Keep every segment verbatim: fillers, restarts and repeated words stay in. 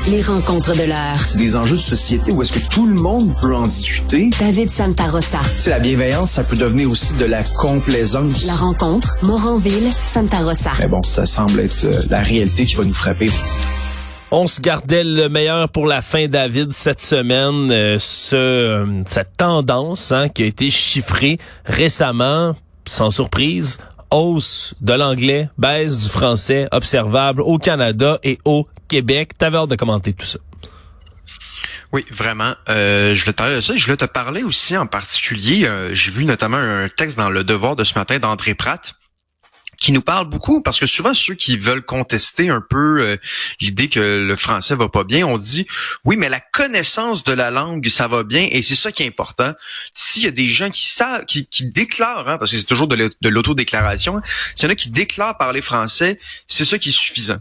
Les rencontres de l'heure. C'est des enjeux de société où est-ce que tout le monde peut en discuter. David Santarossa. C'est la bienveillance, ça peut devenir aussi de la complaisance. La rencontre, Moranville, Santarossa. Mais bon, ça semble être euh, la réalité qui va nous frapper. On se gardait le meilleur pour la fin, David, cette semaine. Euh, ce, euh, cette tendance hein, qui a été chiffrée récemment, sans surprise, hausse de l'anglais, baisse du français observable au Canada et au Québec. T'avais hâte de commenter tout ça. Oui, vraiment. Euh, je voulais te parler de ça. Je voulais te parler aussi en particulier, euh, j'ai vu notamment un texte dans Le Devoir de ce matin d'André Pratt, qui nous parle beaucoup, parce que souvent ceux qui veulent contester un peu euh, l'idée que le français va pas bien, on dit oui, mais la connaissance de la langue, ça va bien, et c'est ça qui est important. S'il y a des gens qui savent, qui, qui déclarent, hein, parce que c'est toujours de l'autodéclaration, hein, s'il y en a qui déclarent parler français, c'est ça qui est suffisant.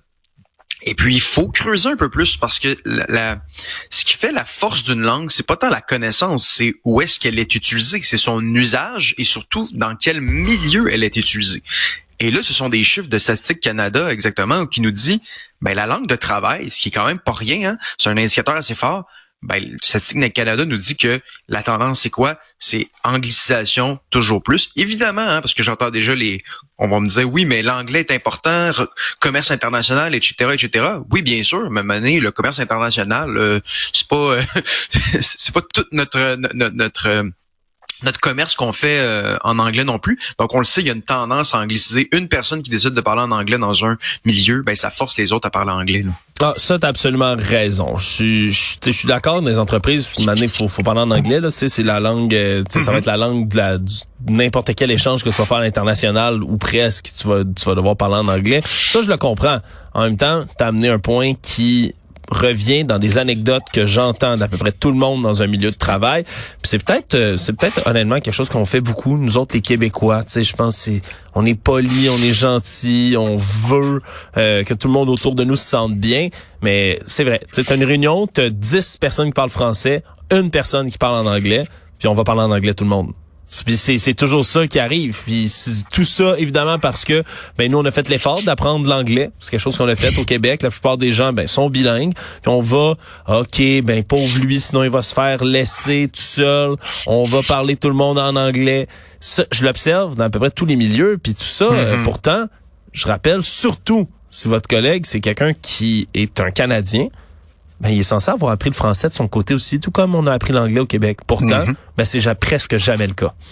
Et puis, il faut creuser un peu plus parce que la, la, ce qui fait la force d'une langue, c'est pas tant la connaissance, c'est où est-ce qu'elle est utilisée, c'est son usage et surtout dans quel milieu elle est utilisée. Et là, ce sont des chiffres de Statistique Canada exactement qui nous dit, ben la langue de travail, ce qui est quand même pas rien, hein, c'est un indicateur assez fort. Ben, Statistique Canada nous dit que la tendance, c'est quoi? C'est anglicisation toujours plus. Évidemment, hein, parce que j'entends déjà les... On va me dire, oui, mais l'anglais est important, re- commerce international, et cetera, et cetera. Oui, bien sûr, même année, le commerce international, euh, c'est pas... Euh, c'est pas toute notre... notre, notre notre commerce qu'on fait euh, en anglais non plus. Donc, on le sait, il y a une tendance à angliciser. Une personne qui décide de parler en anglais dans un milieu, ben ça force les autres à parler anglais. Là. Ah, ça, t'as absolument raison. Je suis, je, je suis d'accord, dans les entreprises, une année, faut, faut parler en anglais, là. C'est, c'est la langue, euh, tu sais, mm-hmm. ça va être la langue de la, du, n'importe quel échange que tu vas faire à l'international ou presque, tu vas, tu vas devoir parler en anglais. Ça, je le comprends. En même temps, t'as amené un point qui revient dans des anecdotes que j'entends d'à peu près tout le monde dans un milieu de travail. Puis c'est peut-être euh, c'est peut-être honnêtement quelque chose qu'on fait beaucoup nous autres les Québécois, tu sais, je pense c'est on est poli, on est gentil, on veut euh, que tout le monde autour de nous se sente bien, mais c'est vrai, tu sais, t'as une réunion, t'as dix personnes qui parlent français, une personne qui parle en anglais, puis on va parler en anglais tout le monde. Puis c'est, c'est toujours ça qui arrive. Puis tout ça, évidemment, parce que ben nous, on a fait l'effort d'apprendre l'anglais. C'est quelque chose qu'on a fait au Québec. La plupart des gens ben sont bilingues. Puis on va, OK, ben pauvre lui, sinon il va se faire laisser tout seul. On va parler tout le monde en anglais. Ça, je l'observe dans à peu près tous les milieux. Puis tout ça, mm-hmm. euh, pourtant, je rappelle, surtout si votre collègue, c'est quelqu'un qui est un Canadien, ben, il est censé avoir appris le français de son côté aussi, tout comme on a appris l'anglais au Québec. Pourtant, mm-hmm. ben, c'est ja- presque jamais le cas.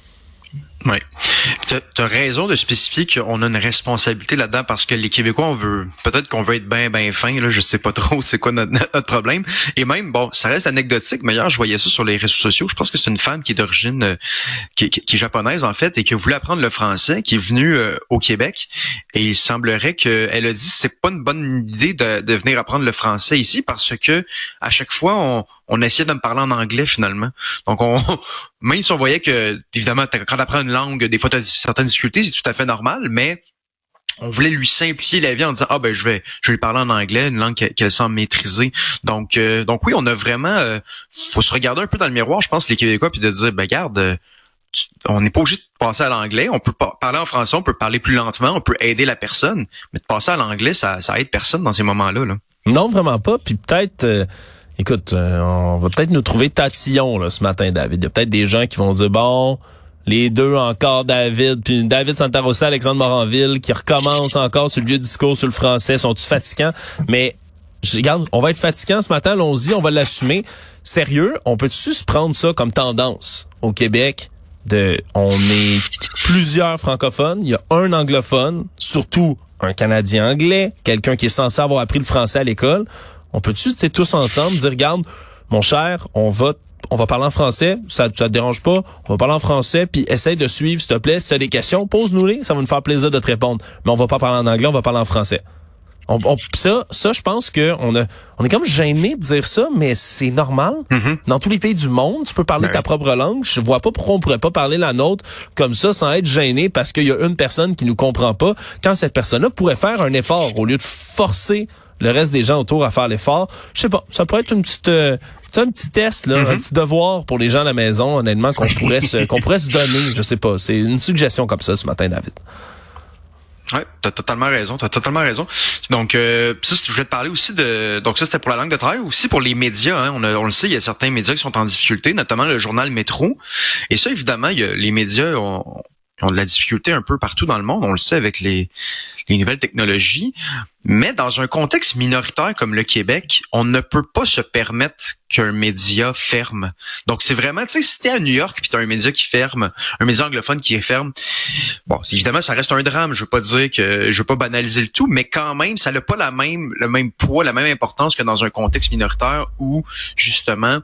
Oui. Tu as raison de spécifier qu'on a une responsabilité là-dedans parce que les Québécois, on veut, peut-être qu'on veut être bien, bien fin, là, je sais pas trop c'est quoi notre, notre problème. Et même, bon, ça reste anecdotique, mais hier, je voyais ça sur les réseaux sociaux. Je pense que c'est une femme qui est d'origine, euh, qui, qui, qui est japonaise, en fait, et qui a voulu apprendre le français, qui est venue euh, au Québec. Et il semblerait qu'elle a dit c'est pas une bonne idée de, de venir apprendre le français ici parce que à chaque fois, on, on essayait de me parler en anglais, finalement. Donc, on, même si on voyait que, évidemment, quand t'apprends une langue, des fois, t'as certaines difficultés, c'est tout à fait normal, mais on voulait lui simplifier la vie en disant, ah, ben, je vais, je vais lui parler en anglais, une langue qu'elle, qu'elle semble maîtriser. Donc, euh, donc oui, on a vraiment, euh, faut se regarder un peu dans le miroir, je pense, les Québécois, puis de dire, ben, regarde, euh, tu, on n'est pas obligé de passer à l'anglais, on peut pas parler en français, on peut parler plus lentement, on peut aider la personne, mais de passer à l'anglais, ça, ça aide personne dans ces moments-là, là. Non, vraiment pas, puis peut-être, euh... Écoute, euh, on va peut-être nous trouver tatillon là ce matin, David. Il y a peut-être des gens qui vont dire, bon, les deux encore, David, puis David Santarossa, Alexandre Moranville, qui recommencent encore sur le vieux discours sur le français, sont-ils fatigants? Mais, regarde, on va être fatigants ce matin, allons-y, on va l'assumer. Sérieux, on peut-tu se prendre ça comme tendance au Québec? De, on est plusieurs francophones, il y a un anglophone, surtout un Canadien anglais, quelqu'un qui est censé avoir appris le français à l'école. On peut-tu, tu sais, tous ensemble dire, regarde, mon cher, on va, on va parler en français, ça, ça te dérange pas, on va parler en français, puis essaye de suivre, s'il te plaît, si tu as des questions, pose-nous-les, ça va nous faire plaisir de te répondre. Mais on va pas parler en anglais, on va parler en français. On, on, ça, ça, je pense que on a, on est comme gêné de dire ça, mais c'est normal. Mm-hmm. Dans tous les pays du monde, tu peux parler ben ta oui. propre langue. Je vois pas pourquoi on pourrait pas parler la nôtre comme ça sans être gêné parce qu'il y a une personne qui nous comprend pas. Quand cette personne-là pourrait faire un effort au lieu de forcer le reste des gens autour à faire l'effort. Je sais pas, ça pourrait être une petite, euh, un petit test, là, mm-hmm. un petit devoir pour les gens à la maison, honnêtement, qu'on pourrait se, qu'on pourrait se donner. Je sais pas, c'est une suggestion comme ça ce matin, David. Ouais, t'as totalement raison, t'as totalement raison. Donc, euh, ça, je voulais te parler aussi de, donc ça c'était pour la langue de travail, aussi pour les médias. Hein. On, a, on le sait, il y a certains médias qui sont en difficulté, notamment le journal Métro. Et ça, évidemment, il y a, les médias ont, ont de la difficulté un peu partout dans le monde. On le sait avec les, les nouvelles technologies. Mais dans un contexte minoritaire comme le Québec, on ne peut pas se permettre qu'un média ferme. Donc, c'est vraiment, tu sais, si t'es à New York puis t'as un média qui ferme, un média anglophone qui est ferme, bon, évidemment, ça reste un drame. Je veux pas dire que, je veux pas banaliser le tout, mais quand même, ça n'a pas la même, le même poids, la même importance que dans un contexte minoritaire où, justement,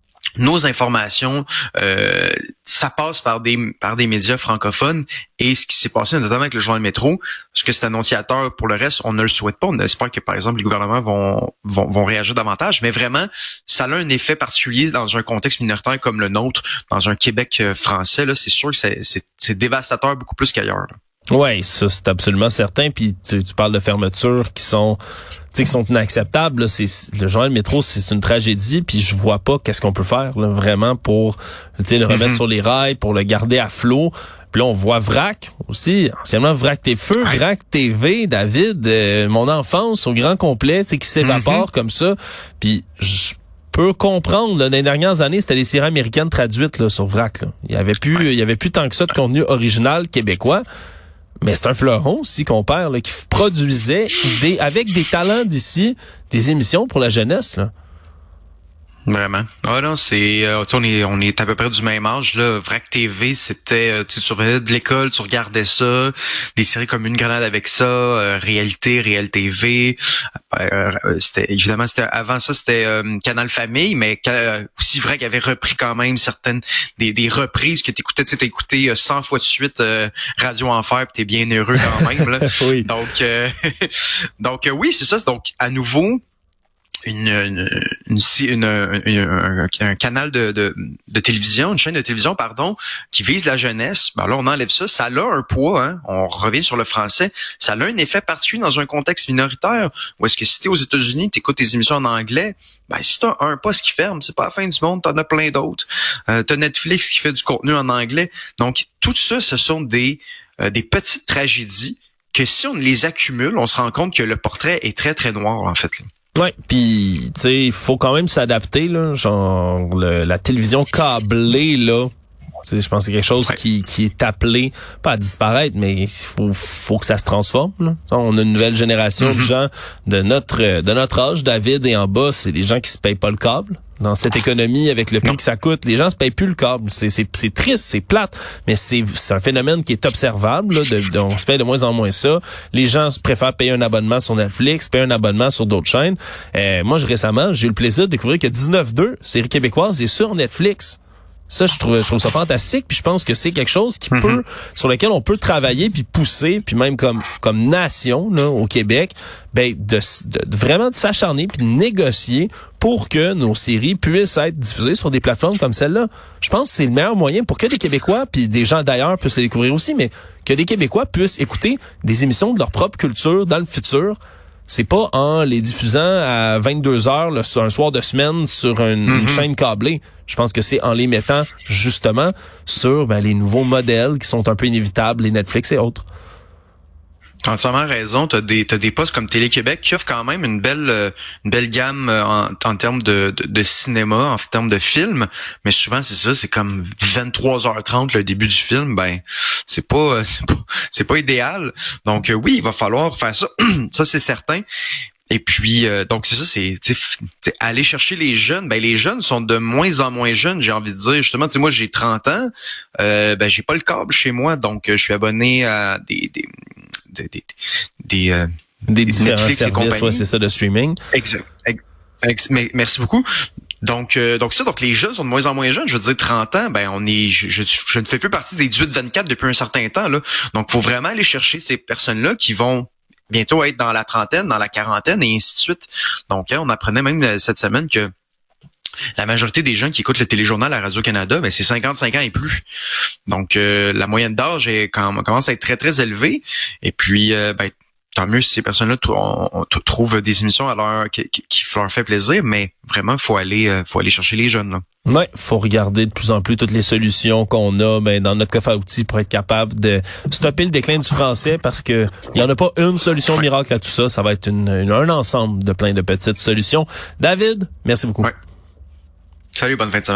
nos informations, euh, ça passe par des par des médias francophones. Et ce qui s'est passé notamment avec le journal Métro, parce que cet annonciateur, pour le reste, on ne le souhaite pas. On espère que, par exemple, les gouvernements vont vont, vont réagir davantage. Mais vraiment, ça a un effet particulier dans un contexte minoritaire comme le nôtre, dans un Québec français. Là, c'est sûr que c'est c'est, c'est dévastateur beaucoup plus qu'ailleurs. Oui, ça, c'est absolument certain. Puis tu, tu parles de fermetures qui sont... Tu sais, qui sont inacceptables. Là. C'est, le journal Métro, c'est une tragédie, puis je vois pas qu'est-ce qu'on peut faire là, vraiment pour tu sais, le remettre mm-hmm. sur les rails, pour le garder à flot. Puis là, on voit Vrac aussi, anciennement Vrac T V, ouais. Vrac T V, David, euh, mon enfance au grand complet, tu sais, qui s'évapore mm-hmm. comme ça. Puis je peux comprendre, là, dans les dernières années, c'était les séries américaines traduites là, sur Vrac. Là. Il y avait plus, ouais. il y avait plus tant que ça de contenu original québécois. Mais c'est un fleuron aussi qu'on perd, là, qui produisait des, avec des talents d'ici, des émissions pour la jeunesse, là. Vraiment. Ah non, c'est euh, on est on est à peu près du même âge là. Vrac T V, c'était euh, tu revenais de l'école, tu regardais ça, des séries comme Une grenade avec ça, euh, Réalité, Réel T V. Euh, c'était évidemment c'était avant ça c'était euh, Canal Famille, mais euh, aussi Vrac avait repris quand même certaines des des reprises que t'écoutais, tu sais, t'as écouté euh, cent fois de suite euh, Radio Enfer, puis t'es bien heureux quand même là. Oui. Donc euh, donc euh, oui, c'est ça. Donc à nouveau Une, une, une, une, une un, un canal de, de, de télévision, une chaîne de télévision, pardon, qui vise la jeunesse. Ben là, on enlève ça. Ça a un poids, hein. On revient sur le français. Ça a un effet particulier dans un contexte minoritaire. Ou est-ce que si t'es aux États-Unis, t'écoutes tes émissions en anglais, ben si t'as un poste qui ferme, c'est pas la fin du monde, t'en as plein d'autres. Euh, t'as Netflix qui fait du contenu en anglais. Donc, tout ça, ce sont des, euh, des petites tragédies que si on les accumule, on se rend compte que le portrait est très, très noir, en fait, là. Ouais, puis tu sais, il faut quand même s'adapter là, genre le, la télévision câblée là. Tu sais, je pense que c'est quelque chose ouais. qui qui est appelé pas à disparaître, mais il faut faut que ça se transforme là. On a une nouvelle génération mm-hmm. de gens de notre de notre âge, David et en bas, c'est des gens qui se payent pas le câble. Dans cette économie, avec le prix non. que ça coûte, les gens se payent plus le câble. C'est, c'est, c'est triste, c'est plate, mais c'est, c'est un phénomène qui est observable. Là, de, de, on se paye de moins en moins ça. Les gens préfèrent payer un abonnement sur Netflix, payer un abonnement sur d'autres chaînes. Euh, moi, je, récemment, j'ai eu le plaisir de découvrir que dix-neuf deux, série québécoise, est sur Netflix. Ça, je trouve, je trouve ça fantastique, puis je pense que c'est quelque chose qui mm-hmm. peut, sur lequel on peut travailler puis pousser, puis même comme comme nation là au Québec, ben de, de, de vraiment de s'acharner puis de négocier pour que nos séries puissent être diffusées sur des plateformes comme celle-là. Je pense que c'est le meilleur moyen pour que des Québécois puis des gens d'ailleurs puissent les découvrir aussi, mais que des Québécois puissent écouter des émissions de leur propre culture dans le futur. C'est pas en les diffusant à vingt-deux heures là, un soir de semaine sur une, mm-hmm. une chaîne câblée. Je pense que c'est en les mettant justement sur ben, les nouveaux modèles qui sont un peu inévitables, les Netflix et autres. T'as entièrement raison. T'as des, t'as des postes comme Télé-Québec qui offrent quand même une belle, une belle gamme en, en termes de, de, de cinéma, en termes de films. Mais souvent, c'est ça, c'est comme vingt-trois heures trente le début du film. Ben, c'est pas, c'est pas, c'est pas idéal. Donc, euh, oui, il va falloir faire ça. Ça, c'est certain. Et puis, euh, donc c'est ça, c'est aller chercher les jeunes. Ben les jeunes sont de moins en moins jeunes, j'ai envie de dire. Justement, tu sais, moi j'ai trente ans, euh, ben j'ai pas le câble chez moi, donc je suis abonné à des des des des des, euh, des, des différents Netflix services, ouais, c'est ça, de streaming. Exact. Ex- mais merci beaucoup. Donc, euh, donc ça, donc les jeunes sont de moins en moins jeunes. Je veux dire, trente ans, ben on est, je, je, je ne fais plus partie des dix-huit vingt-quatre depuis un certain temps là. Donc, faut vraiment aller chercher ces personnes-là qui vont bientôt être dans la trentaine, dans la quarantaine et ainsi de suite. Donc, hein, on apprenait même cette semaine que la majorité des gens qui écoutent le téléjournal à Radio-Canada, ben c'est cinquante-cinq ans et plus. Donc, euh, la moyenne d'âge est, quand, commence à être très, très élevée. Et puis, euh, ben, tant mieux si ces personnes-là t- on, on t- trouvent des émissions à leur, qui, qui, qui leur fait plaisir, mais vraiment, faut aller, euh, faut aller chercher les jeunes, là. Ouais, faut regarder de plus en plus toutes les solutions qu'on a ben, dans notre coffre à outils pour être capable de stopper le déclin du français, parce que il y en a pas une solution miracle à tout ça. Ça va être une, une, un ensemble de plein de petites solutions. David, merci beaucoup. Ouais. Salut, bonne fin de semaine.